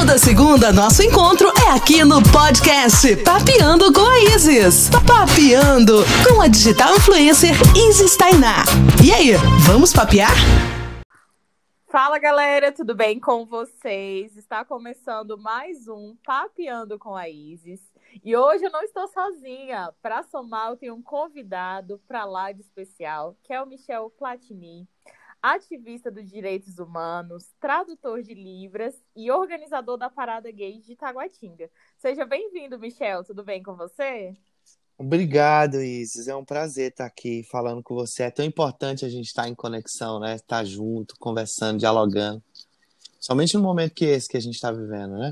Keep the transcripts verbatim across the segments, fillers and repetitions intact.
Toda segunda, nosso encontro é aqui no podcast Papeando com a Isis. Papeando com a digital influencer Isis Tainá. E aí, vamos papear? Fala, galera, tudo bem com vocês? Está começando mais um Papeando com a Isis. E hoje eu não estou sozinha. Para somar, eu tenho um convidado para lá de especial, que é o Michel Platini, ativista dos direitos humanos, tradutor de Libras e organizador da Parada Gay de Taguatinga. Seja bem-vindo, Michel. Tudo bem com você? Obrigado, Isis. É um prazer estar aqui falando com você. É tão importante a gente estar em conexão, né? Estar junto, conversando, dialogando. Somente no momento que esse que a gente está vivendo, né?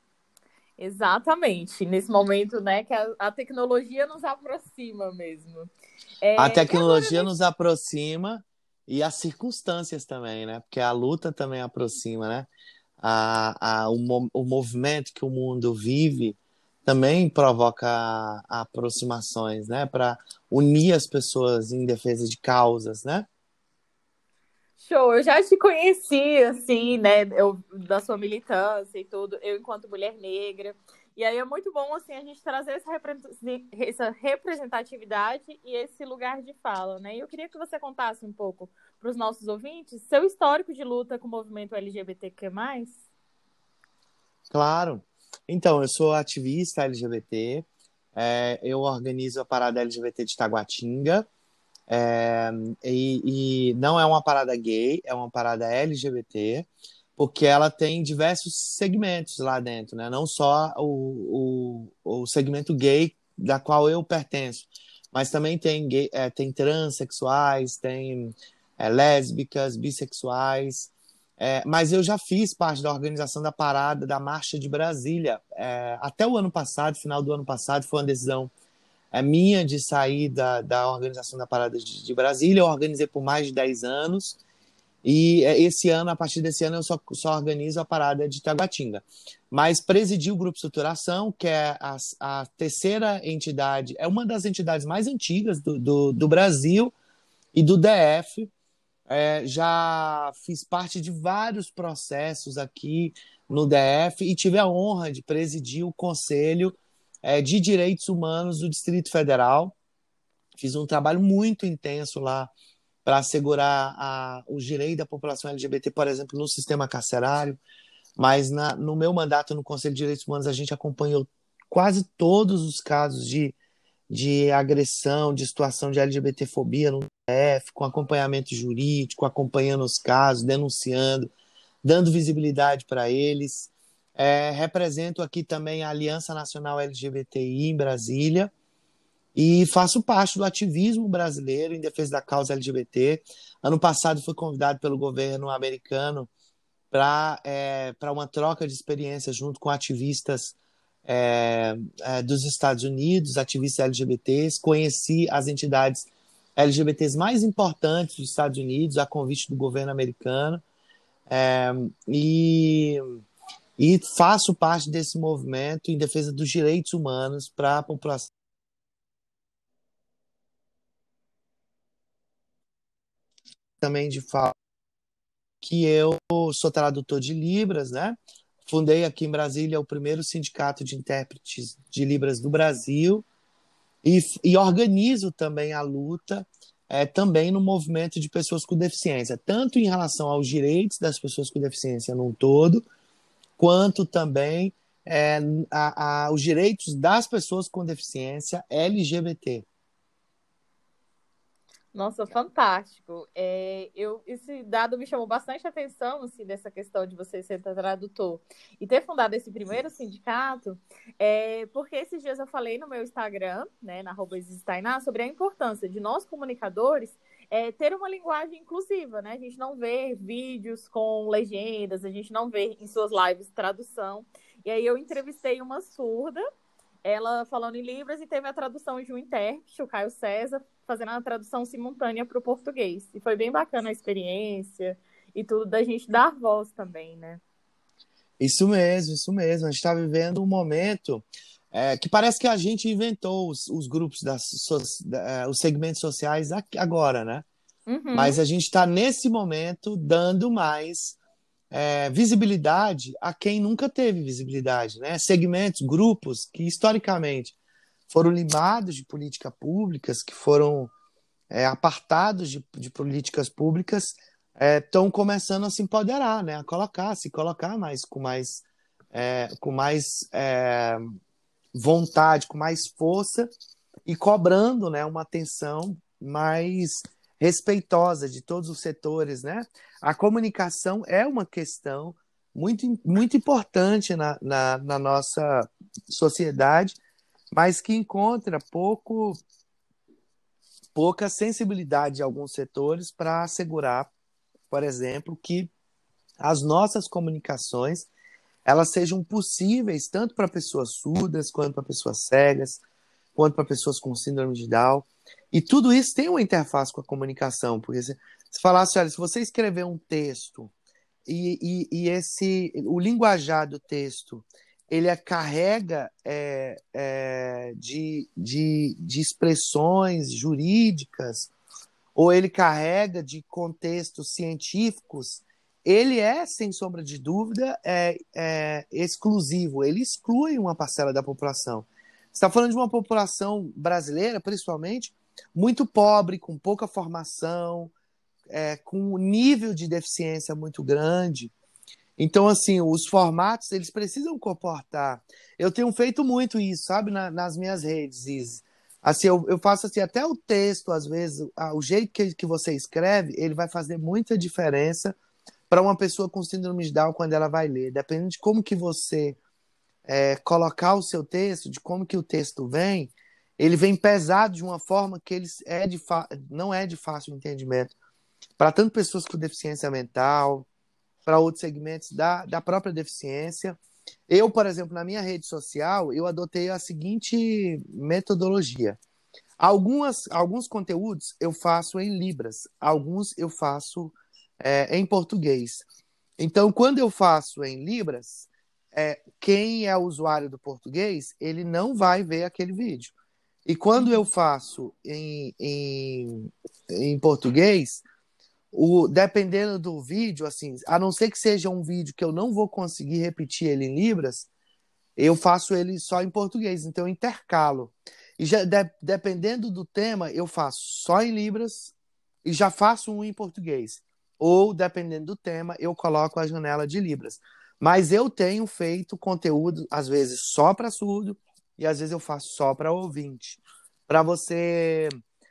Exatamente. Nesse momento, né, que a, a tecnologia nos aproxima mesmo. É, a tecnologia agora... nos aproxima e as circunstâncias também, né? Porque a luta também aproxima, né? A, a, o, o movimento que o mundo vive também provoca aproximações, né? Para unir as pessoas em defesa de causas, né? Show, eu já te conheci, assim, né, eu, da sua militância e tudo, eu enquanto mulher negra, e aí é muito bom, assim, a gente trazer essa, essa representatividade e esse lugar de fala, né, e eu queria que você contasse um pouco para os nossos ouvintes seu histórico de luta com o movimento L G B T Q mais. Claro. Então, eu sou ativista L G B T, é, eu organizo a Parada L G B T de Taguatinga, é, e, e não é uma parada gay, é uma parada L G B T, porque ela tem diversos segmentos lá dentro, né? Não só o, o, o segmento gay da qual eu pertenço, mas também tem, gay, é, tem transexuais, tem é, lésbicas, bissexuais. É, mas eu já fiz parte da organização da parada da Marcha de Brasília. É, até o ano passado, final do ano passado, foi uma decisão é, minha de sair da, da organização da parada de, de Brasília. Eu organizei por mais de dez anos. E é, esse ano, a partir desse ano, eu só, só organizo a parada de Taguatinga. Mas presidi o Grupo Estruturação, que é a, a terceira entidade, é uma das entidades mais antigas do, do, do Brasil e do D F. É, já fiz parte de vários processos aqui no D F e tive a honra de presidir o Conselho é, de Direitos Humanos do Distrito Federal. Fiz um trabalho muito intenso lá para assegurar a, os direitos da população L G B T, por exemplo, no sistema carcerário. Mas na, no meu mandato no Conselho de Direitos Humanos, a gente acompanhou quase todos os casos de de agressão, de situação de LGBTfobia no D F, com acompanhamento jurídico, acompanhando os casos, denunciando, dando visibilidade para eles. É, represento aqui também a Aliança Nacional L G B T I em Brasília e faço parte do ativismo brasileiro em defesa da causa L G B T. Ano passado fui convidado pelo governo americano para é, para uma troca de experiências junto com ativistas É, é, dos Estados Unidos, ativistas L G B Ts, conheci as entidades L G B Ts mais importantes dos Estados Unidos, a convite do governo americano, é, e, e faço parte desse movimento em defesa dos direitos humanos para a população. Também de falar que eu sou tradutor de Libras, né? Fundei aqui em Brasília o primeiro sindicato de intérpretes de Libras do Brasil e, e organizo também a luta é, também no movimento de pessoas com deficiência, tanto em relação aos direitos das pessoas com deficiência num todo, quanto também é, a, a, os direitos das pessoas com deficiência L G B T. Nossa, fantástico. É, eu, esse dado me chamou bastante atenção, assim, dessa questão de você ser tradutor e ter fundado esse primeiro sindicato, é, porque esses dias eu falei no meu Instagram, né, na arroba Isis Tainá, sobre a importância de nós, comunicadores, é, ter uma linguagem inclusiva, né? A gente não vê vídeos com legendas, a gente não vê em suas lives tradução. E aí eu entrevistei uma surda, ela falando em Libras, e teve a tradução de um intérprete, o Caio César, fazendo a tradução simultânea para o português. E foi bem bacana a experiência e tudo, da gente dar voz também, né? Isso mesmo, isso mesmo. A gente está vivendo um momento é, que parece que a gente inventou os, os grupos, das, so, da, os segmentos sociais agora, né? Uhum. Mas a gente está, nesse momento, dando mais é, visibilidade a quem nunca teve visibilidade, né? Segmentos, grupos que historicamente foram limados de políticas públicas, que foram é, apartados de, de políticas públicas, estão é, começando a se empoderar, né? A colocar, se colocar mais com mais, é, com mais é, vontade, com mais força e cobrando, né, uma atenção mais respeitosa de todos os setores, né? A comunicação é uma questão muito, muito importante na, na, na nossa sociedade, mas que encontra pouco, pouca sensibilidade de alguns setores para assegurar, por exemplo, que as nossas comunicações elas sejam possíveis tanto para pessoas surdas, quanto para pessoas cegas, quanto para pessoas com síndrome de Down. E tudo isso tem uma interface com a comunicação, porque se, se falasse, olha, se você escrever um texto e, e, e esse, o linguajar do texto ele carrega é, é, de, de, de expressões jurídicas ou ele carrega de contextos científicos, ele é, sem sombra de dúvida, é, é exclusivo, ele exclui uma parcela da população. Você está falando de uma população brasileira, principalmente, muito pobre, com pouca formação, é, com um nível de deficiência muito grande. Então, assim, os formatos, eles precisam comportar. Eu tenho feito muito isso, sabe, Na, nas minhas redes, Izzy. Assim, eu, eu faço assim, até o texto, às vezes, o jeito que, que você escreve, ele vai fazer muita diferença para uma pessoa com síndrome de Down quando ela vai ler. Dependendo de como que você é, colocar o seu texto, de como que o texto vem, ele vem pesado de uma forma que ele é de fa... não é de fácil entendimento. Para tanto pessoas com deficiência mental, para outros segmentos da, da própria deficiência. Eu, por exemplo, na minha rede social, eu adotei a seguinte metodologia. Algumas, alguns conteúdos eu faço em Libras, alguns eu faço é, em português. Então, quando eu faço em Libras, é, quem é usuário do português, ele não vai ver aquele vídeo. E quando eu faço em, em, em português, o, dependendo do vídeo, assim, a não ser que seja um vídeo que eu não vou conseguir repetir ele em Libras, eu faço ele só em português, então eu intercalo. E já, de, dependendo do tema, eu faço só em Libras e já faço um em português. Ou, dependendo do tema, eu coloco a janela de Libras. Mas eu tenho feito conteúdo, às vezes, só para surdo e às vezes eu faço só para ouvinte. Para você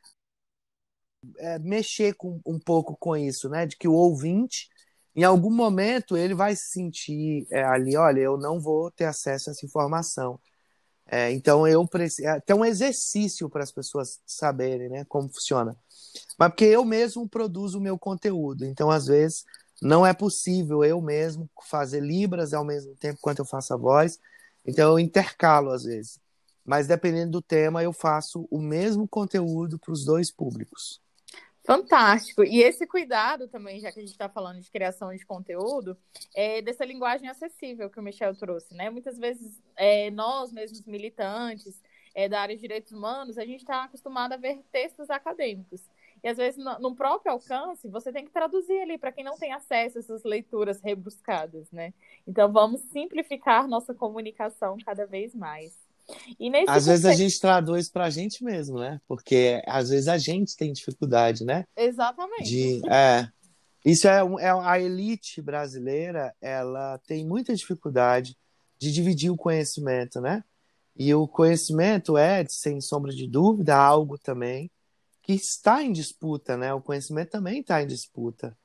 é, mexer com, um pouco com isso, né? De que o ouvinte, em algum momento, ele vai se sentir é, ali, olha, eu não vou ter acesso a essa informação. É, então, eu preciso... É até um exercício para as pessoas saberem, né, como funciona. Mas porque eu mesmo produzo o meu conteúdo. Então, às vezes, não é possível eu mesmo fazer Libras ao mesmo tempo quanto eu faço a voz. Então, eu intercalo, às vezes. Mas, dependendo do tema, eu faço o mesmo conteúdo para os dois públicos. Fantástico. E esse cuidado também, já que a gente está falando de criação de conteúdo, é dessa linguagem acessível que o Michel trouxe, né? Muitas vezes, é, nós mesmos militantes é, da área de direitos humanos, a gente está acostumado a ver textos acadêmicos. E, às vezes, no, no próprio alcance, você tem que traduzir ali para quem não tem acesso a essas leituras rebuscadas, né? Então, vamos simplificar nossa comunicação cada vez mais. E nesse Às vezes a contexto... gente traduz para a gente mesmo, né? Porque às vezes a gente tem dificuldade, né? Exatamente. De, é, isso é, é a elite brasileira, ela tem muita dificuldade de dividir o conhecimento, né? E o conhecimento é, sem sombra de dúvida, algo também que está em disputa, né? O conhecimento também está em disputa.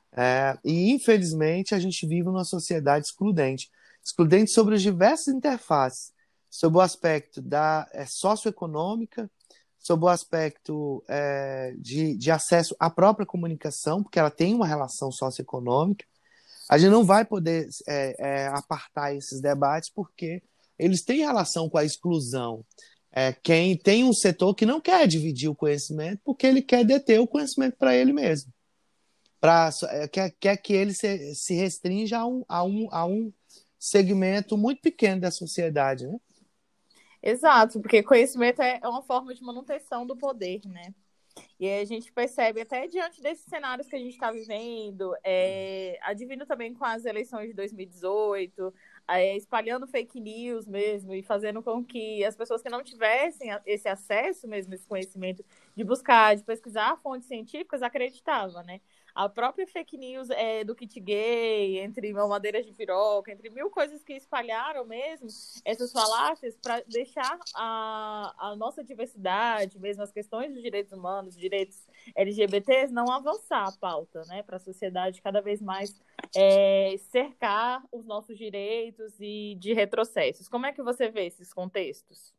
É, e, infelizmente, a gente vive numa sociedade excludente. Excludente sobre as diversas interfaces, sobre o aspecto da é, socioeconômica, sobre o aspecto é, de, de acesso à própria comunicação, porque ela tem uma relação socioeconômica. A gente não vai poder é, é, apartar esses debates porque eles têm relação com a exclusão. É, quem tem um setor que não quer dividir o conhecimento porque ele quer deter o conhecimento para ele mesmo. Pra, quer, quer que ele se, se restrinja a um, a, um, a um segmento muito pequeno da sociedade, né? Exato, porque conhecimento é uma forma de manutenção do poder, né? E aí a gente percebe, até diante desses cenários que a gente está vivendo, é, advindo também com as eleições de dois mil e dezoito, é, espalhando fake news mesmo e fazendo com que as pessoas que não tivessem esse acesso mesmo, esse conhecimento de buscar, de pesquisar fontes científicas, acreditavam, né? A própria fake news é, do kit gay, entre mamadeiras de piroca, entre mil coisas que espalharam mesmo essas falácias para deixar a, a nossa diversidade, mesmo as questões dos direitos humanos, direitos L G B Ts, não avançar a pauta, né? Para a sociedade cada vez mais é, cercar os nossos direitos e de retrocessos. Como é que você vê esses contextos?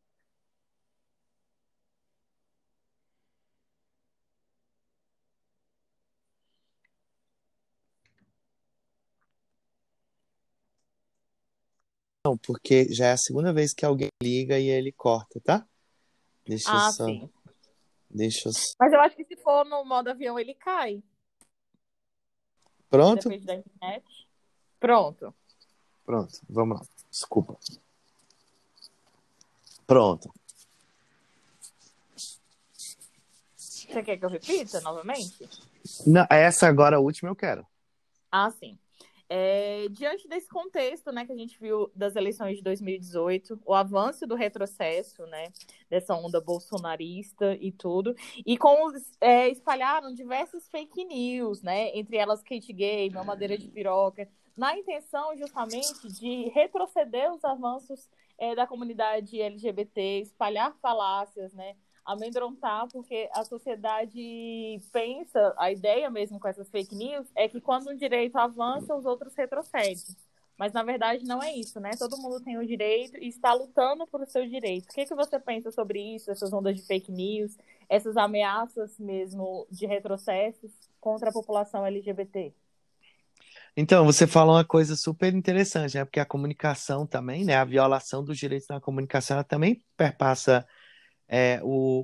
Não, porque já é a segunda vez que alguém liga e ele corta, tá? Deixa eu Ah, só. sim. Deixa eu... Mas eu acho que se for no modo avião, ele cai. Pronto? Depende da internet. Pronto. Pronto, vamos lá. Desculpa. Pronto. Você quer que eu repita novamente? Não, essa agora, a última, eu quero. Ah, sim. É, diante desse contexto, né, que a gente viu das eleições de dois mil e dezoito, o avanço do retrocesso, né, dessa onda bolsonarista e tudo, e como é, espalharam diversas fake news, né, entre elas Kate Gay, mamadeira de piroca, na intenção justamente de retroceder os avanços é, da comunidade L G B T, espalhar falácias, né, amedrontar, porque a sociedade pensa, a ideia mesmo com essas fake news é que quando um direito avança, os outros retrocedem. Mas, na verdade, não é isso, né? Todo mundo tem o direito e está lutando por seus direitos. O que, que você pensa sobre isso, essas ondas de fake news, essas ameaças mesmo de retrocessos contra a população L G B T? Então, você fala uma coisa super interessante, né? Porque a comunicação também, né? A violação dos direitos na comunicação, ela também perpassa é,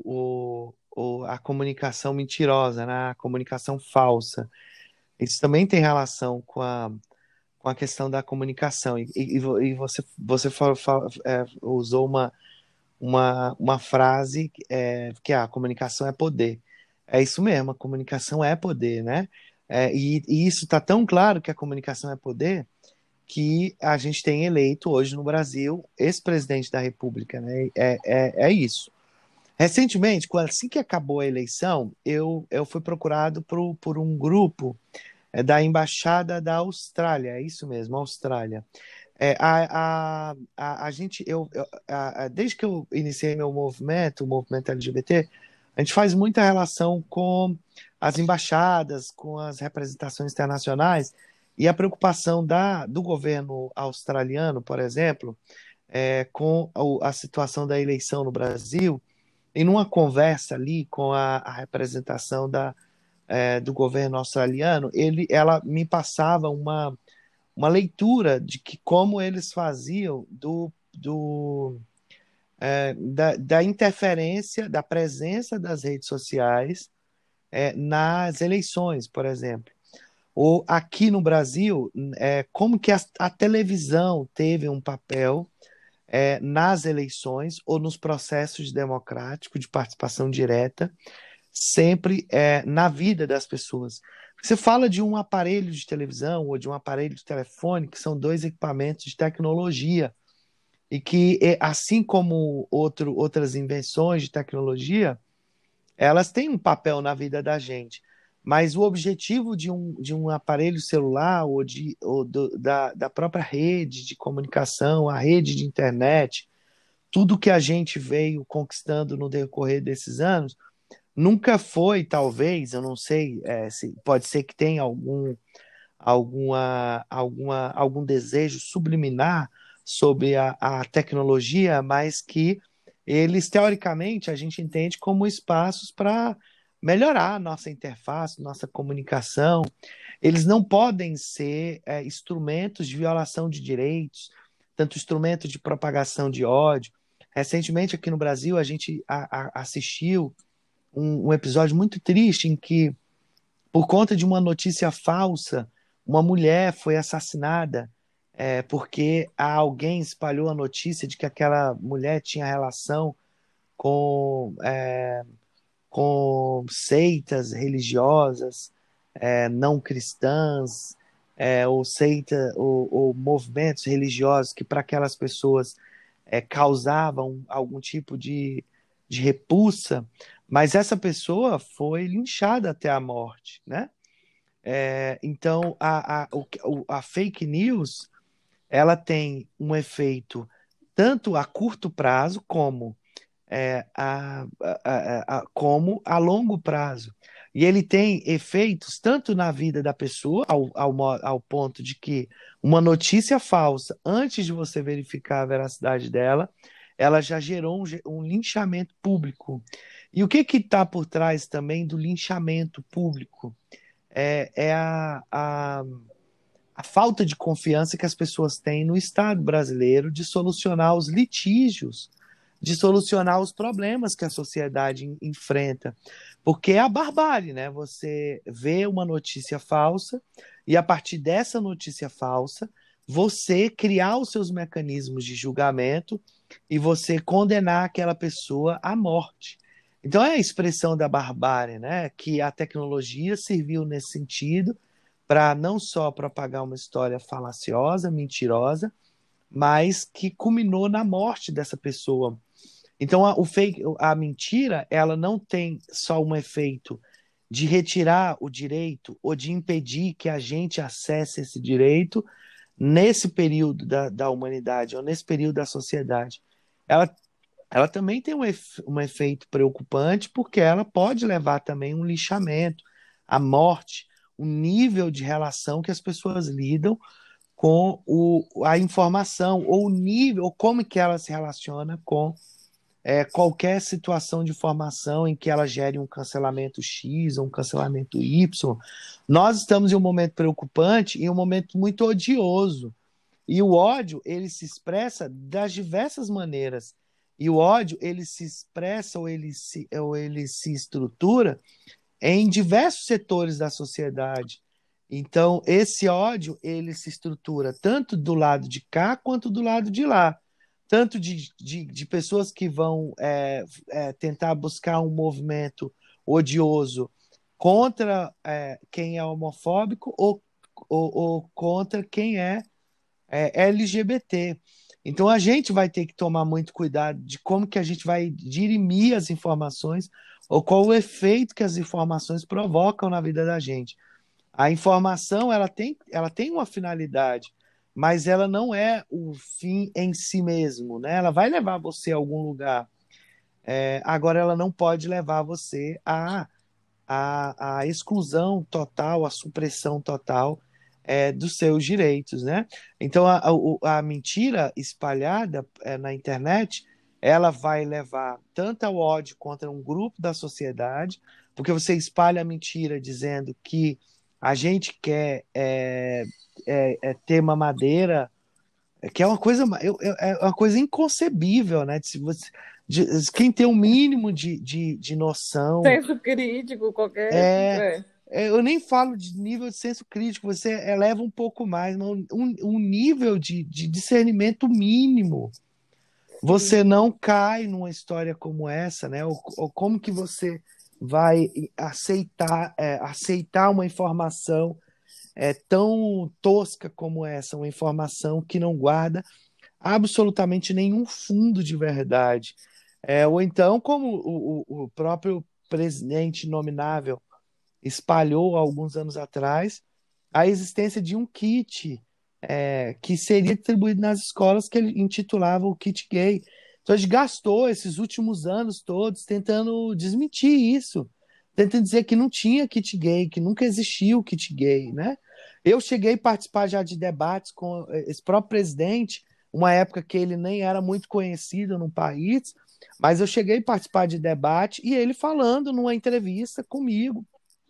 o, o, o, a comunicação mentirosa, né? A comunicação falsa. Isso também tem relação com a, com a questão da comunicação. E, e, e você, você fala, fala, é, usou uma, uma, uma frase é, que a comunicação é poder. É isso mesmo, a comunicação é poder, né? É, e, e isso está tão claro que a comunicação é poder que a gente tem eleito hoje no Brasil ex-presidente da República, né? É, é, é isso. Recentemente, quando- assim que acabou a eleição, eu, eu fui procurado por, por um grupo é, da Embaixada da Austrália, é isso mesmo, Austrália. É, a, a, a, a gente, eu, eu- a- a- desde que eu iniciei meu movimento, o movimento L G B T, a gente faz muita relação com as embaixadas, com as representações internacionais, e a preocupação da, do governo australiano, por exemplo, é, com o- a situação da eleição no Brasil, e numa conversa ali com a, a representação da, é, do governo australiano, ele, ela me passava uma uma leitura de que como eles faziam do, do é, da, da interferência, da presença das redes sociais é, nas eleições, por exemplo. Ou aqui no Brasil, é, como que a, a televisão teve um papel é, nas eleições ou nos processos democráticos de participação direta, sempre é, na vida das pessoas. Você fala de um aparelho de televisão ou de um aparelho de telefone, que são dois equipamentos de tecnologia, e que, é, assim como outro, outras invenções de tecnologia, elas têm um papel na vida da gente. Mas o objetivo de um, de um aparelho celular ou, de, ou do, da, da própria rede de comunicação, a rede de internet, tudo que a gente veio conquistando no decorrer desses anos, nunca foi, talvez, eu não sei, é, se, pode ser que tenha algum, alguma, alguma, algum desejo subliminar sobre a, a tecnologia, mas que eles, teoricamente, a gente entende como espaços para melhorar a nossa interface, nossa comunicação. Eles não podem ser é, instrumentos de violação de direitos, tanto instrumento de propagação de ódio. Recentemente, aqui no Brasil, a gente a, a, assistiu um, um episódio muito triste em que, por conta de uma notícia falsa, uma mulher foi assassinada é, porque alguém espalhou a notícia de que aquela mulher tinha relação com, é, com seitas religiosas, é, não cristãs, é, ou seita, ou, ou movimentos religiosos que para aquelas pessoas é, causavam algum tipo de, de repulsa, mas essa pessoa foi linchada até a morte, né? É, então, a, a, o, a fake news, ela tem um efeito tanto a curto prazo como, é, a, a, a, como a longo prazo. E ele tem efeitos tanto na vida da pessoa, ao, ao, ao ponto de que uma notícia falsa, antes de você verificar a veracidade dela, ela já gerou um, um linchamento público. E o que está por trás também do linchamento público? É, é a, a, a falta de confiança que as pessoas têm no Estado brasileiro de solucionar os litígios, de solucionar os problemas que a sociedade enfrenta. Porque é a barbárie, né? Você vê uma notícia falsa e, a partir dessa notícia falsa, você criar os seus mecanismos de julgamento e você condenar aquela pessoa à morte. Então é a expressão da barbárie, né? Que a tecnologia serviu nesse sentido para não só propagar uma história falaciosa, mentirosa, mas que culminou na morte dessa pessoa. Então a, o fake, a mentira, ela não tem só um efeito de retirar o direito ou de impedir que a gente acesse esse direito nesse período da, da humanidade ou nesse período da sociedade. Ela ela também tem um, efe, um efeito preocupante, porque ela pode levar também um lixamento, a morte, o nível de relação que as pessoas lidam com o, a informação, ou o nível, ou como que ela se relaciona com é, qualquer situação de informação em que ela gere um cancelamento X ou um cancelamento Y. Nós estamos em um momento preocupante e um momento muito odioso. E o ódio, ele se expressa das diversas maneiras. E o ódio, ele se expressa ou ele se, ou ele se estrutura em diversos setores da sociedade. Então, esse ódio, ele se estrutura tanto do lado de cá quanto do lado de lá. Tanto de, de, de pessoas que vão é, é, tentar buscar um movimento odioso contra é, quem é homofóbico ou, ou, ou contra quem é, é L G B T. Então a gente vai ter que tomar muito cuidado de como que a gente vai dirimir as informações ou qual o efeito que as informações provocam na vida da gente. A informação, ela tem, ela tem uma finalidade, mas ela não é o fim em si mesmo, né? Ela vai levar você a algum lugar. É, agora, ela não pode levar você à, à, à exclusão total, à supressão total É, dos seus direitos, né? Então a, a, a mentira espalhada é, na internet, ela vai levar tanto ao ódio contra um grupo da sociedade, porque você espalha a mentira dizendo que a gente quer é, é, é ter uma madeira, que é uma coisa, é uma coisa inconcebível, né? Se você, de, quem tem um mínimo de, de, de noção... Senso crítico, qualquer... É... É, eu nem falo de nível de senso crítico, você eleva um pouco mais, um, um nível de, de discernimento mínimo. Você não cai numa história como essa, né? Ou, ou como que você vai aceitar, é, aceitar uma informação é, tão tosca como essa, uma informação que não guarda absolutamente nenhum fundo de verdade. É, ou então, como o, o, o próprio presidente nominável espalhou alguns anos atrás a existência de um kit é, que seria distribuído nas escolas, que ele intitulava o kit gay. Então a gente gastou esses últimos anos todos tentando desmentir isso, tentando dizer que não tinha kit gay, que nunca existiu o kit gay, né? Eu cheguei a participar já de debates com esse próprio presidente, uma época que ele nem era muito conhecido no país, mas eu cheguei a participar de debate e ele falando numa entrevista comigo,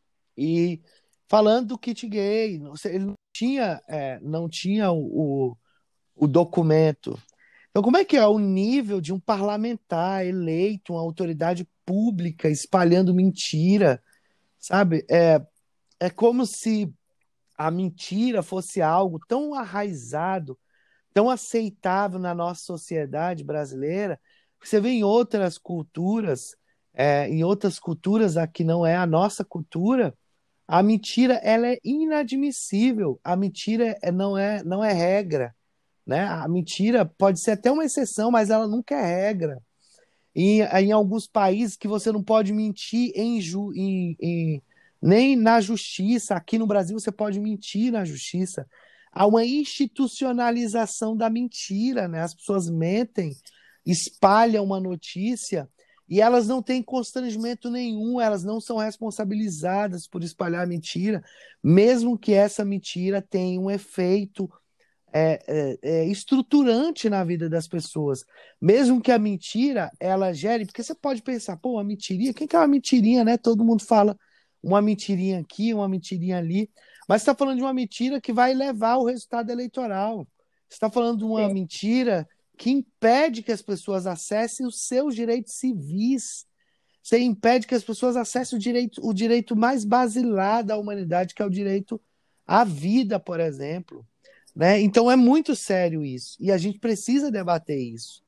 e falando do kit gay, ele não tinha, é, não tinha o, o documento. Então, como é que é o nível de um parlamentar eleito, uma autoridade pública, espalhando mentira, sabe? É, é como se a mentira fosse algo tão arraizado, tão aceitável na nossa sociedade brasileira, que você vê em outras culturas, é, em outras culturas, a que não é a nossa cultura, a mentira ela é inadmissível. A mentira é- não é, não é regra, né? A mentira pode ser até uma exceção, mas ela nunca é regra. Em, em alguns países que você não pode mentir em, ju, em, em- nem na justiça. Aqui no Brasil você pode mentir na justiça. Há uma institucionalização da mentira, né? As pessoas mentem, espalham uma notícia e elas não têm constrangimento nenhum, elas não são responsabilizadas por espalhar mentira, mesmo que essa mentira tenha um efeito é, é, é, estruturante na vida das pessoas. Mesmo que a mentira ela gere, porque você pode pensar, pô, uma mentirinha, quem que é uma mentirinha, né? Todo mundo fala uma mentirinha aqui, uma mentirinha ali, mas você está falando de uma mentira que vai levar ao resultado eleitoral. Você está falando de uma Sim. mentira que impede que as pessoas acessem os seus direitos civis. Você impede que as pessoas acessem o direito, o direito mais basilar da humanidade, que é o direito à vida, por exemplo. Né? Então é muito sério isso. E a gente precisa debater isso.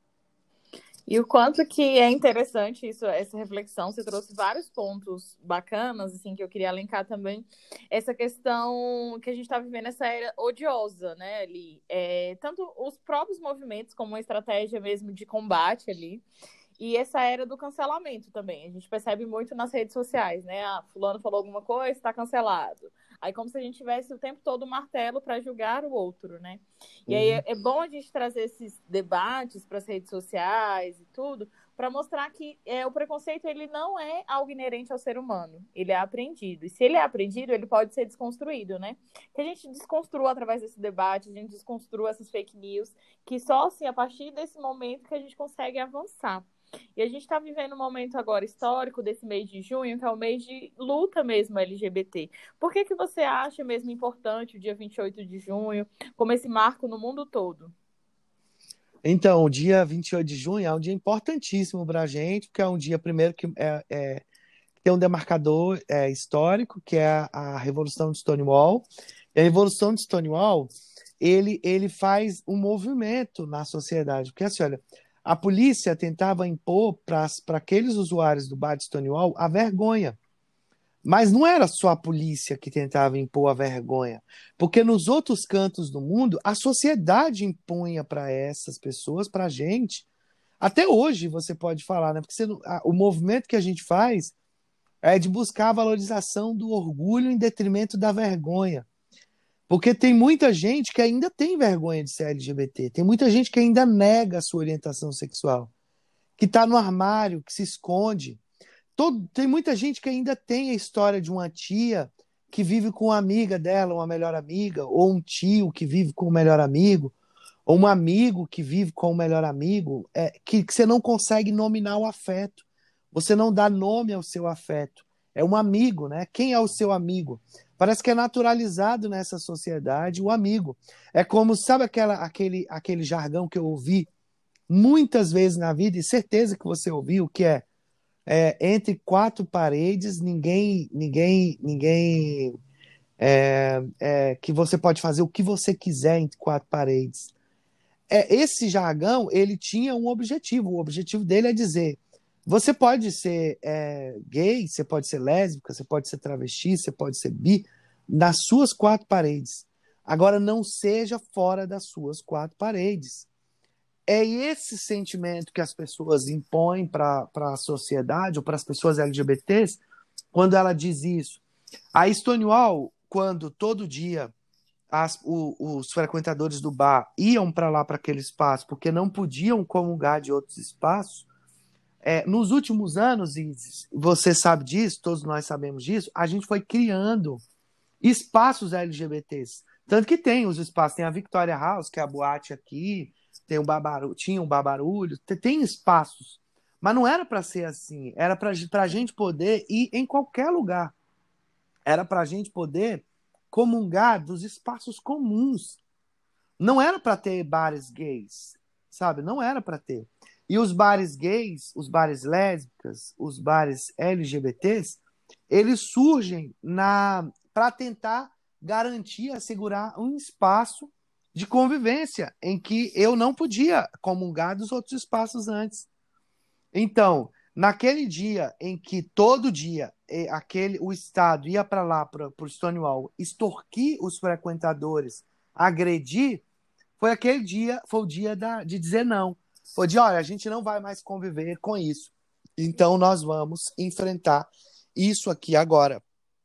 E o quanto que é interessante isso, essa reflexão, você trouxe vários pontos bacanas, assim, que eu queria elencar também, essa questão que a gente está vivendo, essa era odiosa, né, ali, é, tanto os próprios movimentos como uma estratégia mesmo de combate ali, e essa era do cancelamento também, a gente percebe muito nas redes sociais, né, ah, fulano falou alguma coisa, está cancelado. Aí como se a gente tivesse o tempo todo um martelo para julgar o outro, né? E aí é, é bom a gente trazer esses debates para as redes sociais e tudo, para mostrar que é, o preconceito ele não é algo inerente ao ser humano, ele é aprendido. E se ele é aprendido, ele pode ser desconstruído, né? Que a gente desconstrua através desse debate, a gente desconstrua essas fake news, que só assim, a partir desse momento que a gente consegue avançar. E a gente está vivendo um momento agora histórico desse mês de junho, que é o mês de luta mesmo L G B T. Por que que você acha mesmo importante o dia vinte e oito de junho, como esse marco no mundo todo? Então, o dia vinte e oito de junho é um dia importantíssimo para a gente, porque é um dia, primeiro, que é, é, tem um demarcador é, histórico, que é a, a Revolução de Stonewall. E a Revolução de Stonewall, ele, ele faz um movimento na sociedade. Porque, assim, olha, a polícia tentava impor para aqueles usuários do bar de Stonewall a vergonha. Mas não era só a polícia que tentava impor a vergonha, porque nos outros cantos do mundo, a sociedade impunha para essas pessoas, para a gente. Até hoje você pode falar, né? Porque você, a, o movimento que a gente faz é de buscar a valorização do orgulho em detrimento da vergonha. Porque tem muita gente que ainda tem vergonha de ser L G B T, tem muita gente que ainda nega a sua orientação sexual, que está no armário, que se esconde. Todo, tem muita gente que ainda tem a história de uma tia que vive com uma amiga dela, uma melhor amiga, ou um tio que vive com o melhor amigo, ou um amigo que vive com o melhor amigo, é, que, que você não consegue nominar o afeto. Você não dá nome ao seu afeto. É um amigo, né? Quem é o seu amigo? Parece que é naturalizado nessa sociedade o amigo. É como, sabe aquela, aquele, aquele jargão que eu ouvi muitas vezes na vida, e certeza que você ouviu, que é É, entre quatro paredes, ninguém, ninguém, ninguém, é, é, que você pode fazer o que você quiser entre quatro paredes. É, esse jargão, ele tinha um objetivo. O objetivo dele é dizer: você pode ser é, gay, você pode ser lésbica, você pode ser travesti, você pode ser bi, nas suas quatro paredes. Agora, não seja fora das suas quatro paredes. É esse sentimento que as pessoas impõem para a sociedade ou para as pessoas L G B Ts quando ela diz isso. A Stonewall, quando todo dia as, o, os frequentadores do bar iam para lá, para aquele espaço, porque não podiam comungar de outros espaços, é, nos últimos anos, e você sabe disso, todos nós sabemos disso, a gente foi criando espaços L G B Ts. Tanto que tem os espaços, tem a Victoria House, que é a boate aqui, tem um babaru, tinha um babarulho, tem espaços. Mas não era para ser assim, era para a gente poder ir em qualquer lugar. Era para a gente poder comungar dos espaços comuns. Não era para ter bares gays, sabe? Não era para ter. E os bares gays, os bares lésbicas, os bares L G B Ts, eles surgem na para tentar garantir, assegurar um espaço de convivência em que eu não podia comungar dos outros espaços antes. Então, Naquele dia em que todo dia eh, aquele, o Estado ia para lá, para o Stonewall, extorquir os frequentadores, agredir, foi aquele dia, foi o dia da, de dizer não. Foi de, olha, a gente não vai mais conviver com isso. Então, nós vamos enfrentar isso aqui agora.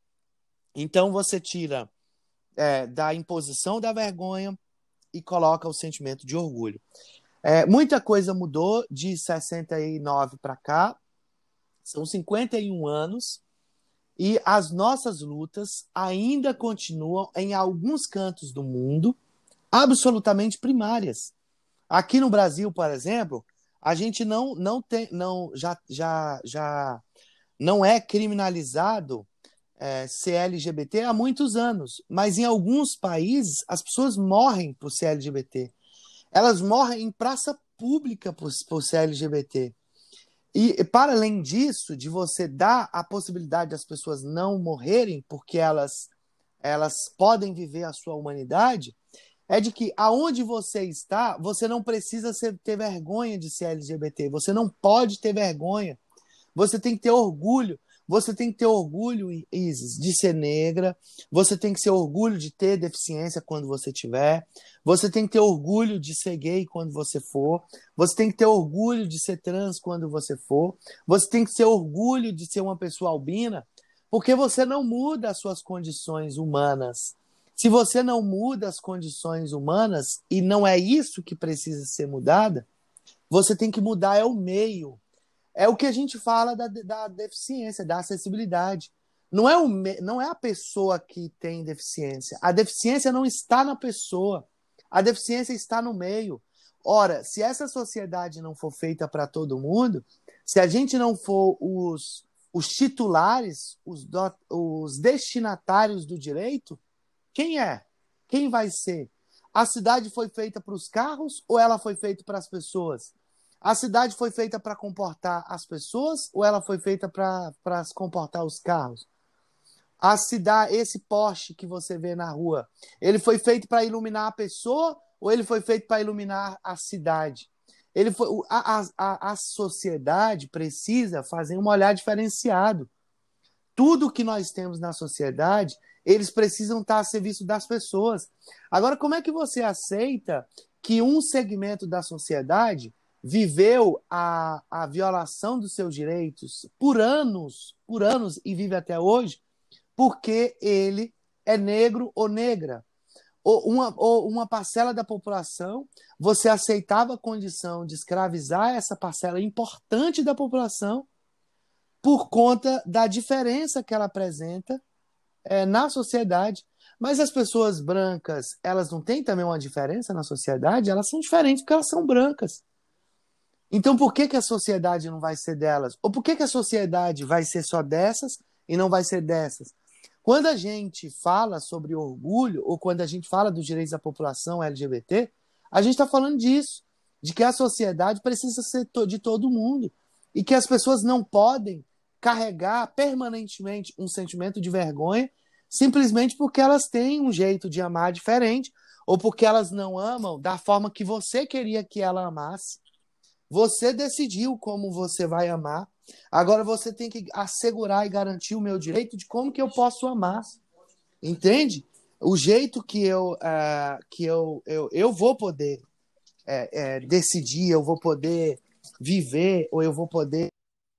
Então, você tira é, da imposição da vergonha e coloca o sentimento de orgulho. É, muita coisa mudou de sessenta e nove para cá. São cinquenta e um anos. E as nossas lutas ainda continuam em alguns cantos do mundo absolutamente primárias. Aqui no Brasil, por exemplo, a gente não, não tem, não, já, já, já não é criminalizado é, ser L G B T há muitos anos, mas em alguns países as pessoas morrem por ser L G B T. Elas morrem em praça pública por, por ser L G B T. E, para além disso, de você dar a possibilidade das pessoas não morrerem porque elas, elas podem viver a sua humanidade, é de que aonde você está, você não precisa ser, ter vergonha de ser L G B T. Você não pode ter vergonha. Você tem que ter orgulho. Você tem que ter orgulho, Isis, de ser negra. Você tem que ter orgulho de ter deficiência quando você tiver. Você tem que ter orgulho de ser gay quando você for. Você tem que ter orgulho de ser trans quando você for. Você tem que ter orgulho de ser uma pessoa albina, porque você não muda as suas condições humanas. Se você não muda as condições humanas, e não é isso que precisa ser mudada, você tem que mudar é o meio. É o que a gente fala da, da deficiência, da acessibilidade. Não é, o, não é a pessoa que tem deficiência. A deficiência não está na pessoa. A deficiência está no meio. Ora, se essa sociedade não for feita para todo mundo, se a gente não for os, os titulares, os, do, os destinatários do direito, quem é? Quem vai ser? A cidade foi feita para os carros ou ela foi feita para as pessoas? A cidade foi feita para comportar as pessoas ou ela foi feita para comportar os carros? A cidade, esse poste que você vê na rua, ele foi feito para iluminar a pessoa ou ele foi feito para iluminar a cidade? Ele foi, a, a, a sociedade precisa fazer um olhar diferenciado. Tudo que nós temos na sociedade, eles precisam estar a serviço das pessoas. Agora, como é que você aceita que um segmento da sociedade viveu a, a violação dos seus direitos por anos, por anos, e vive até hoje, porque ele é negro ou negra? Ou uma, ou uma parcela da população, você aceitava a condição de escravizar essa parcela importante da população por conta da diferença que ela apresenta é, na sociedade. Mas as pessoas brancas, elas não têm também uma diferença na sociedade? Elas são diferentes porque elas são brancas. Então, por que, que a sociedade não vai ser delas? Ou por que, que a sociedade vai ser só dessas e não vai ser dessas? Quando a gente fala sobre orgulho, ou quando a gente fala dos direitos da população L G B T, a gente está falando disso, de que a sociedade precisa ser de todo mundo e que as pessoas não podem carregar permanentemente um sentimento de vergonha simplesmente porque elas têm um jeito de amar diferente ou porque elas não amam da forma que você queria que ela amasse. Você decidiu como você vai amar. Agora você tem que assegurar e garantir o meu direito de como que eu posso amar. Entende? O jeito que eu, uh, que eu, eu, eu vou poder é, é, decidir, eu vou poder viver, ou eu vou poder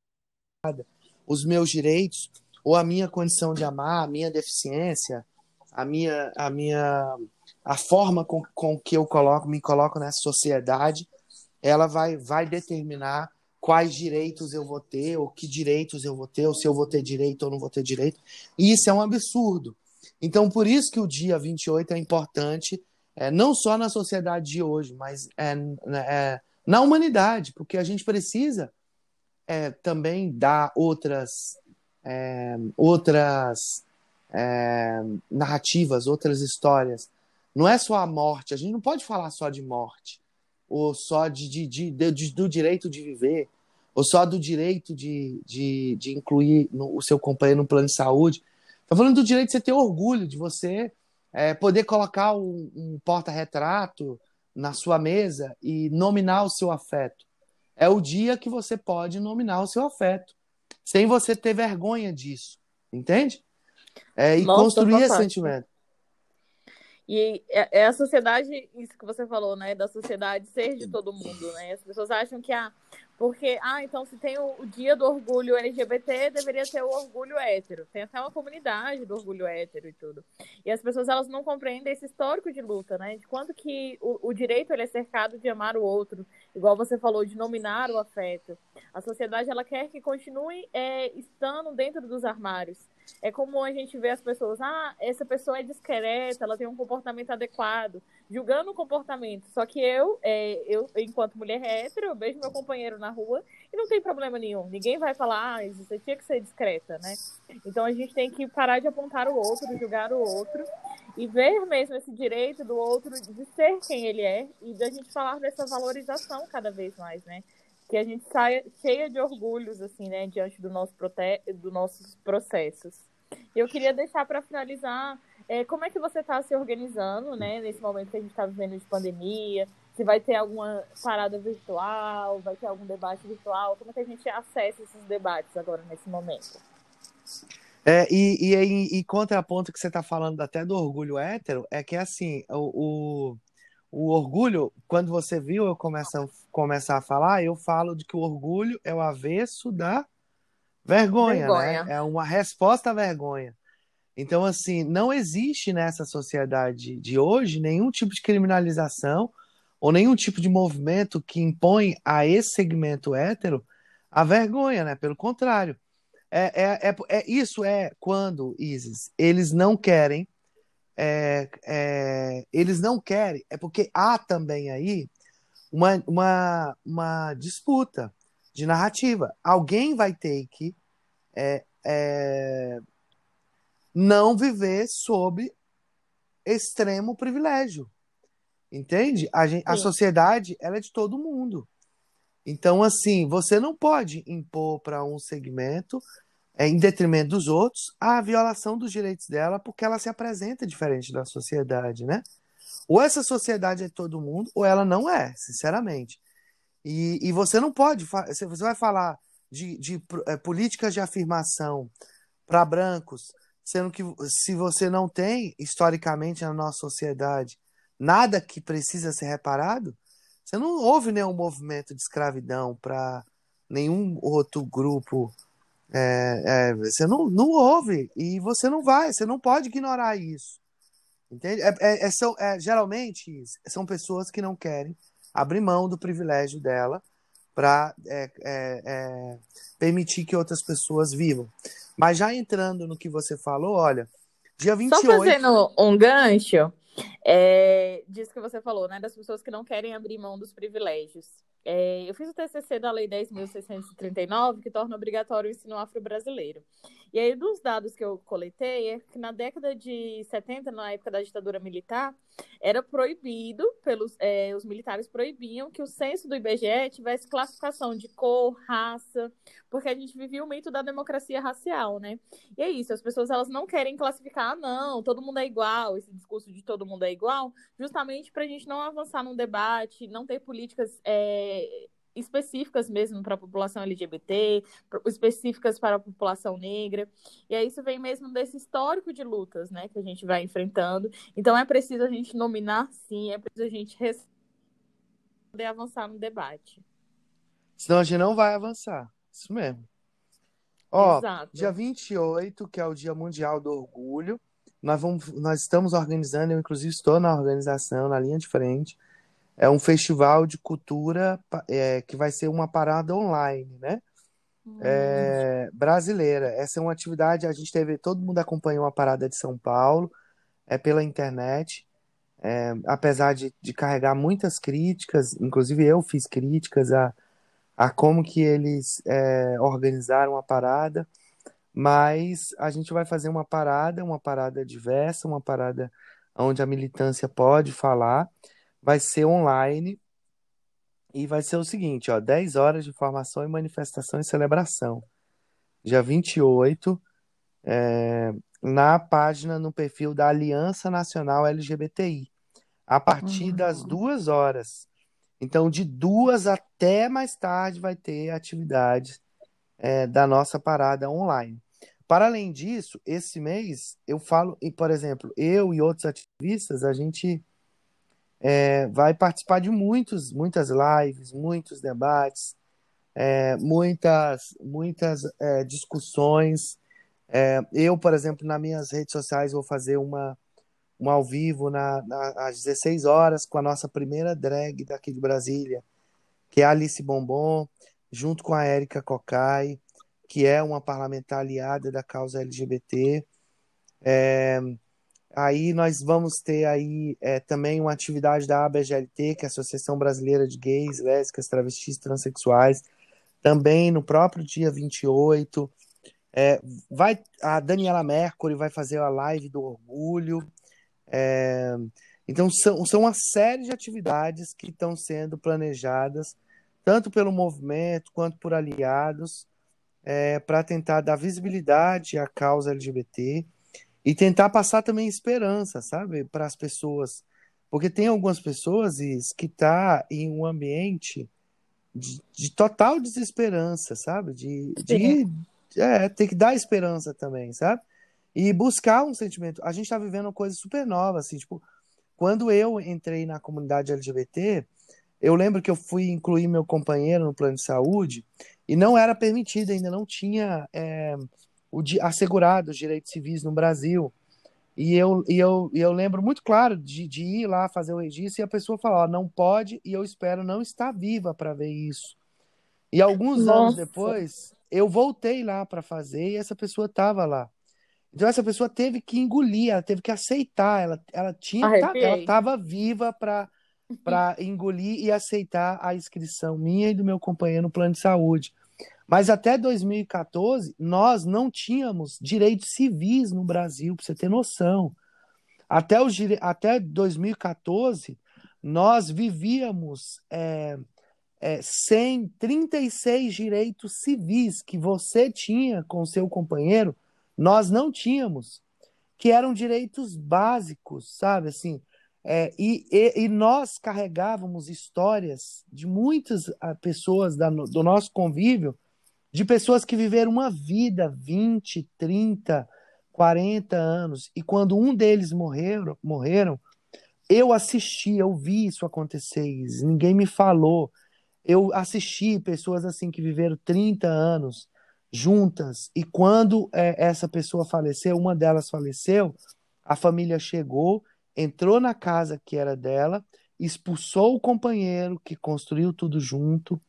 os meus direitos, ou a minha condição de amar, a minha deficiência, a minha, a minha a forma com, com que eu coloco, me coloco nessa sociedade, ela vai, vai determinar quais direitos eu vou ter, ou que direitos eu vou ter, ou se eu vou ter direito ou não vou ter direito. E isso é um absurdo. Então, por isso que o dia vinte e oito é importante, é, não só na sociedade de hoje, mas é, é, na humanidade, porque a gente precisa é, também dar outras, é, outras é, narrativas, outras histórias. Não é só a morte, a gente não pode falar só de morte, ou só de, de, de, de, do direito de viver, ou só do direito de, de, de incluir no, o seu companheiro no plano de saúde. Estou falando do direito de você ter orgulho, de você é, poder colocar um, um porta-retrato na sua mesa e nominar o seu afeto. É o dia que você pode nominar o seu afeto, sem você ter vergonha disso, entende? É, e Nossa, construir esse fantástico. sentimento. E é é a sociedade, isso que você falou, né? Da sociedade ser de todo mundo, né? As pessoas acham que, ah, porque, ah, então se tem o, o dia do orgulho L G B T, deveria ter o orgulho hétero. Tem até uma comunidade do orgulho hétero e tudo. E as pessoas, elas não compreendem esse histórico de luta, né? De quanto que o, o direito, ele é cercado de amar o outro. Igual você falou, de nominar o afeto. A sociedade, ela quer que continue é, estando dentro dos armários. É como a gente vê as pessoas, ah, essa pessoa é discreta, ela tem um comportamento adequado, julgando o comportamento. Só que eu, é, eu, enquanto mulher hétero, eu vejo meu companheiro na rua e não tem problema nenhum. Ninguém vai falar, ah, você tinha que ser discreta, né? Então a gente tem que parar de apontar o outro, julgar o outro e ver mesmo esse direito do outro de ser quem ele é e da gente falar dessa valorização cada vez mais, né? Que a gente saia cheia de orgulhos, assim, né, diante do nosso prote... dos nossos processos. Eu queria deixar para finalizar, é, como é que você está se organizando, né, nesse momento que a gente está vivendo de pandemia? Se vai ter alguma parada virtual, vai ter algum debate virtual? Como é que a gente acessa esses debates agora, nesse momento? É, e, e, e, e contraponto que você está falando até do orgulho hétero, é que assim, o, o, o orgulho, quando você viu eu começar, começar a falar, eu falo de que o orgulho é o avesso da vergonha, né? Vergonha. É uma resposta à vergonha. Então, assim, não existe nessa sociedade de hoje nenhum tipo de criminalização ou nenhum tipo de movimento que impõe a esse segmento hétero a vergonha, né? Pelo contrário. É, é, é, é, isso é quando, Isis, eles não querem, é, é, eles não querem, é porque há também aí uma, uma, uma disputa de narrativa. Alguém vai ter que é, é, não viver sob extremo privilégio, entende? A, gente, a Sim. sociedade, ela é de todo mundo. Então, assim, você não pode impor para um segmento, é, em detrimento dos outros, a violação dos direitos dela, porque ela se apresenta diferente da sociedade, né? Ou essa sociedade é de todo mundo, ou ela não é, sinceramente. E, e você não pode, você vai falar de, de é, políticas de afirmação para brancos, sendo que se você não tem, historicamente, na nossa sociedade, nada que precisa ser reparado, você não houve nenhum movimento de escravidão para nenhum outro grupo. É, é, você não, não houve, e você não vai, você não pode ignorar isso. Entende? É, é, é, são, é, geralmente, são pessoas que não querem abrir mão do privilégio dela para é, é, é, permitir que outras pessoas vivam. Mas já entrando no que você falou, olha, dia Só vinte e oito. fazendo um gancho, é, disso que você falou, né? Das pessoas que não querem abrir mão dos privilégios. É, eu fiz o T C C da Lei dez mil seiscentos e trinta e nove, que torna obrigatório o ensino afro-brasileiro. E aí, dos dados que eu coletei, é que na década de setenta, na época da ditadura militar, era proibido, pelos, é, os militares proibiam que o censo do I B G E tivesse classificação de cor, raça, porque a gente vivia o mito da democracia racial, né? E é isso, as pessoas elas não querem classificar, ah, não, todo mundo é igual, esse discurso de todo mundo é igual, justamente para a gente não avançar num debate, não ter políticas é, específicas mesmo para a população L G B T, específicas para a população negra. E aí isso vem mesmo desse histórico de lutas, né, que a gente vai enfrentando. Então é preciso a gente nominar, sim, é preciso a gente poder avançar no debate. Senão a gente não vai avançar. Isso mesmo. Ó, dia Exato. vinte e oito, que é o Dia Mundial do Orgulho, nós, vamos, nós estamos organizando, eu inclusive estou na organização, na linha de frente. É um festival de cultura é, que vai ser uma parada online, né? Hum. É, brasileira. Essa é uma atividade, a gente teve, todo mundo acompanhou a parada de São Paulo, é pela internet, é, apesar de, de carregar muitas críticas, inclusive eu fiz críticas a, a como que eles é, organizaram a parada, mas a gente vai fazer uma parada, uma parada diversa, uma parada onde a militância pode falar, vai ser online e vai ser o seguinte, ó, dez horas de formação e manifestação e celebração. Dia vinte e oito, é, na página, no perfil da Aliança Nacional L G B T I, a partir das Uhum. duas horas. Então, de duas até mais tarde vai ter atividades é, da nossa parada online. Para além disso, esse mês eu falo, e, por exemplo, eu e outros ativistas, a gente é, vai participar de muitos, muitas lives, muitos debates, é, muitas, muitas é, discussões. É, eu, por exemplo, nas minhas redes sociais vou fazer uma, uma ao vivo na, na- às dezesseis horas com a nossa primeira drag daqui de Brasília, que é a Alice Bombom, junto com a Érica Cocai, que é uma parlamentar aliada da causa L G B T. Aí nós vamos ter aí é, também uma atividade da A B G L T, que é a Associação Brasileira de Gays, Lésbicas, Travestis, Transsexuais, também no próprio dia vinte e oito. É, vai, a Daniela Mercury vai fazer a live do orgulho. É, então, são, são uma série de atividades que estão sendo planejadas, tanto pelo movimento quanto por aliados, é, para tentar dar visibilidade à causa L G B T e tentar passar também esperança, sabe, para as pessoas. Porque tem algumas pessoas Is, que tá em um ambiente de, de total desesperança, sabe? De, Sim. de é, ter que dar esperança também, sabe? E buscar um sentimento. A gente está vivendo uma coisa super nova, assim, tipo, quando eu entrei na comunidade L G B T, eu lembro que eu fui incluir meu companheiro no plano de saúde e não era permitido, ainda não tinha é, o, di- assegurado os direitos civis no Brasil. E eu, e eu, e eu lembro muito claro de, de ir lá fazer o registro e a pessoa falar, ó, não pode e eu espero não estar viva para ver isso. E alguns anos Nossa, depois, eu voltei lá para fazer e essa pessoa estava lá. Então essa pessoa teve que engolir, ela teve que aceitar, ela, ela tinha, tá- ela arrepiei. estava viva para para engolir e aceitar a inscrição minha e do meu companheiro no plano de saúde. Mas até dois mil e quatorze, nós não tínhamos direitos civis no Brasil, para você ter noção. Até, os, dire- até dois mil e quatorze, nós vivíamos é, é, sem trinta e seis direitos civis que você tinha com seu companheiro, nós não tínhamos, que eram direitos básicos, sabe? Assim, é, e, e, e nós carregávamos histórias de muitas ah, pessoas da, do nosso convívio, de pessoas que viveram uma vida, vinte, trinta, quarenta anos, e quando um deles morreram, morreram, eu assisti, eu vi isso acontecer, ninguém me falou. Eu assisti pessoas assim que viveram trinta anos juntas, e quando é, essa pessoa faleceu, uma delas faleceu, a família chegou, entrou na casa que era dela, expulsou o companheiro que construiu tudo junto,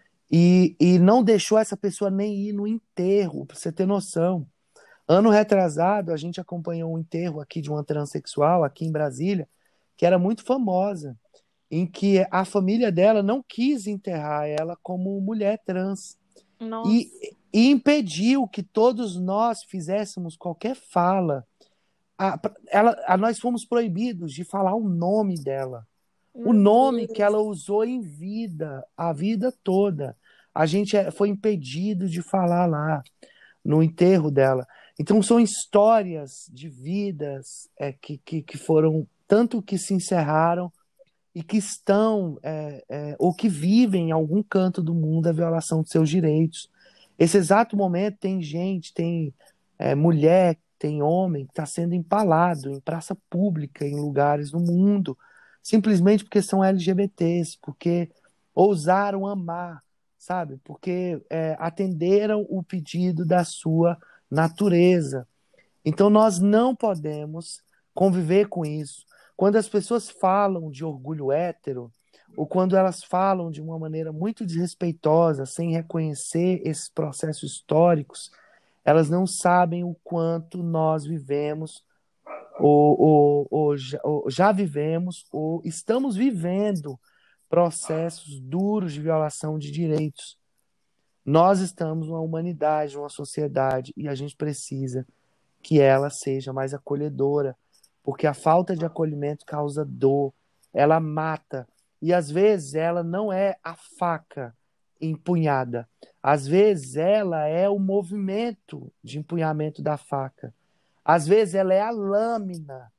e, e não deixou essa pessoa nem ir no enterro, para você ter noção. Ano retrasado, a gente acompanhou um enterro aqui de uma transexual, aqui em Brasília, que era muito famosa, em que a família dela não quis enterrar ela como mulher trans e, Nossa, e impediu que todos nós fizéssemos qualquer fala. A, ela, a, nós fomos proibidos de falar o nome dela, o meu nome que ela Deus. usou em vida, a vida toda. A gente é- foi impedido de falar lá no enterro dela. Então são histórias de vidas é, que, que, que foram tanto que se encerraram e que estão é, é, ou que vivem em algum canto do mundo a violação de seus direitos. Esse exato momento tem gente, tem é, mulher, tem homem que está sendo empalado em praça pública, em lugares no mundo, simplesmente porque são L G B Ts, porque ousaram amar, sabe? Porque é, atenderam o pedido da sua natureza. Então nós não podemos conviver com isso. Quando as pessoas falam de orgulho hétero, ou quando elas falam de uma maneira muito desrespeitosa, sem reconhecer esses processos históricos, elas não sabem o quanto nós vivemos, ou, ou, ou, já, ou já vivemos, ou estamos vivendo processos duros de violação de direitos. Nós estamos numa humanidade, numa sociedade, e a gente precisa que ela seja mais acolhedora, porque a falta de acolhimento causa dor, ela mata, e às vezes ela não é a faca empunhada, às vezes ela é o movimento de empunhamento da faca, às vezes ela é a lâmina,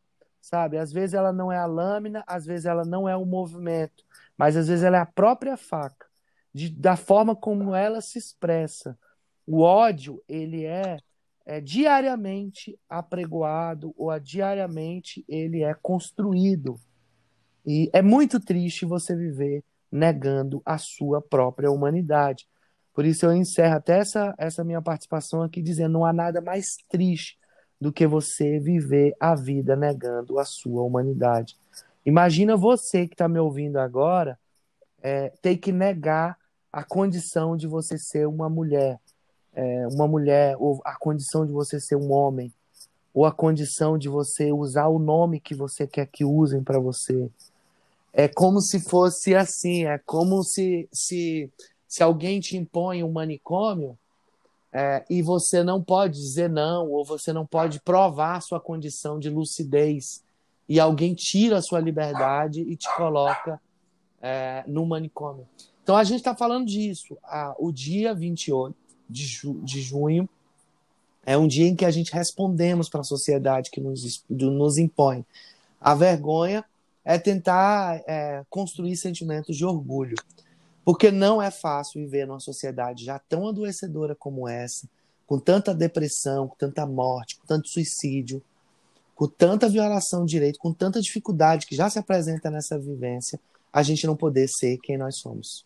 sabe? Às vezes ela não é a lâmina, às vezes ela não é o movimento, mas às vezes ela é a própria faca, de, da forma como ela se expressa. O ódio, ele é, é diariamente apregoado ou a, diariamente ele é construído. E é muito triste você viver negando a sua própria humanidade. Por isso eu encerro até essa, essa minha participação aqui dizendo: não há nada mais triste do que você viver a vida negando a sua humanidade. Imagina você que está me ouvindo agora é, ter que negar a condição de você ser uma mulher, é, uma mulher, ou a condição de você ser um homem, ou a condição de você usar o nome que você quer que usem para você. É como se fosse assim, é como se, se, se alguém te impõe um manicômio é, e você não pode dizer não, ou você não pode provar sua condição de lucidez, e alguém tira a sua liberdade e te coloca é, no manicômio. Então a gente está falando disso. Ah, o dia vinte e oito de, ju- de junho é um dia em que a gente respondemos para a sociedade que nos, nos impõe. A vergonha é tentar é, construir sentimentos de orgulho. Porque não é fácil viver numa sociedade já tão adoecedora como essa, com tanta depressão, com tanta morte, com tanto suicídio, com tanta violação de direito, com tanta dificuldade que já se apresenta nessa vivência, a gente não poder ser quem nós somos.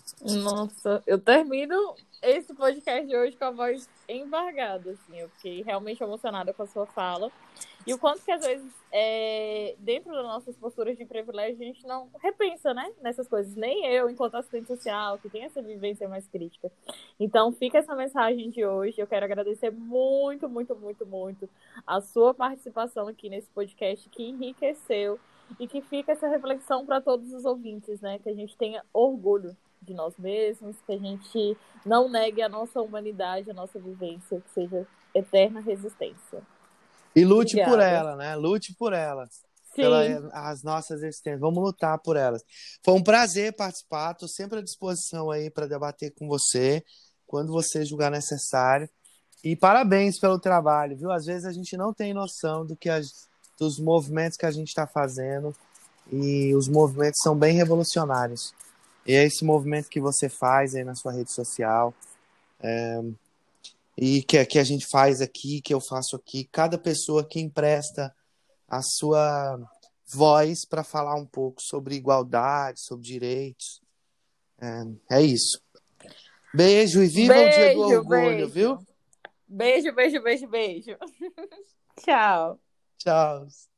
Nossa, eu termino esse podcast de hoje com a voz embargada, assim. Eu fiquei realmente emocionada com a sua fala. E o quanto que, às vezes, é, dentro das nossas posturas de privilégio, a gente não repensa, né, nessas coisas. Nem eu, enquanto assistente social, que tem essa vivência mais crítica. Então, fica essa mensagem de hoje. Eu quero agradecer muito, muito, muito, muito a sua participação aqui nesse podcast, que enriqueceu e que fica essa reflexão para todos os ouvintes, né, que a gente tenha orgulho de nós mesmos, que a gente não negue a nossa humanidade, a nossa vivência, que seja eterna resistência. E lute Obrigada. por ela, né? Lute por elas. Sim. Pelas nossas existências. Vamos lutar por elas. Foi um prazer participar. Estou sempre à disposição aí para debater com você, quando você julgar necessário. E parabéns pelo trabalho, viu? Às vezes a gente não tem noção do que as, dos movimentos que a gente está fazendo, e os movimentos são bem revolucionários. E é esse movimento que você faz aí na sua rede social, é, e que, que a gente faz aqui, que eu faço aqui, cada pessoa que empresta a sua voz para falar um pouco sobre igualdade, sobre direitos. É, é isso. Beijo e viva beijo, o Dia do Orgulho, beijo. viu? Beijo, beijo, beijo, beijo. Tchau. Tchau.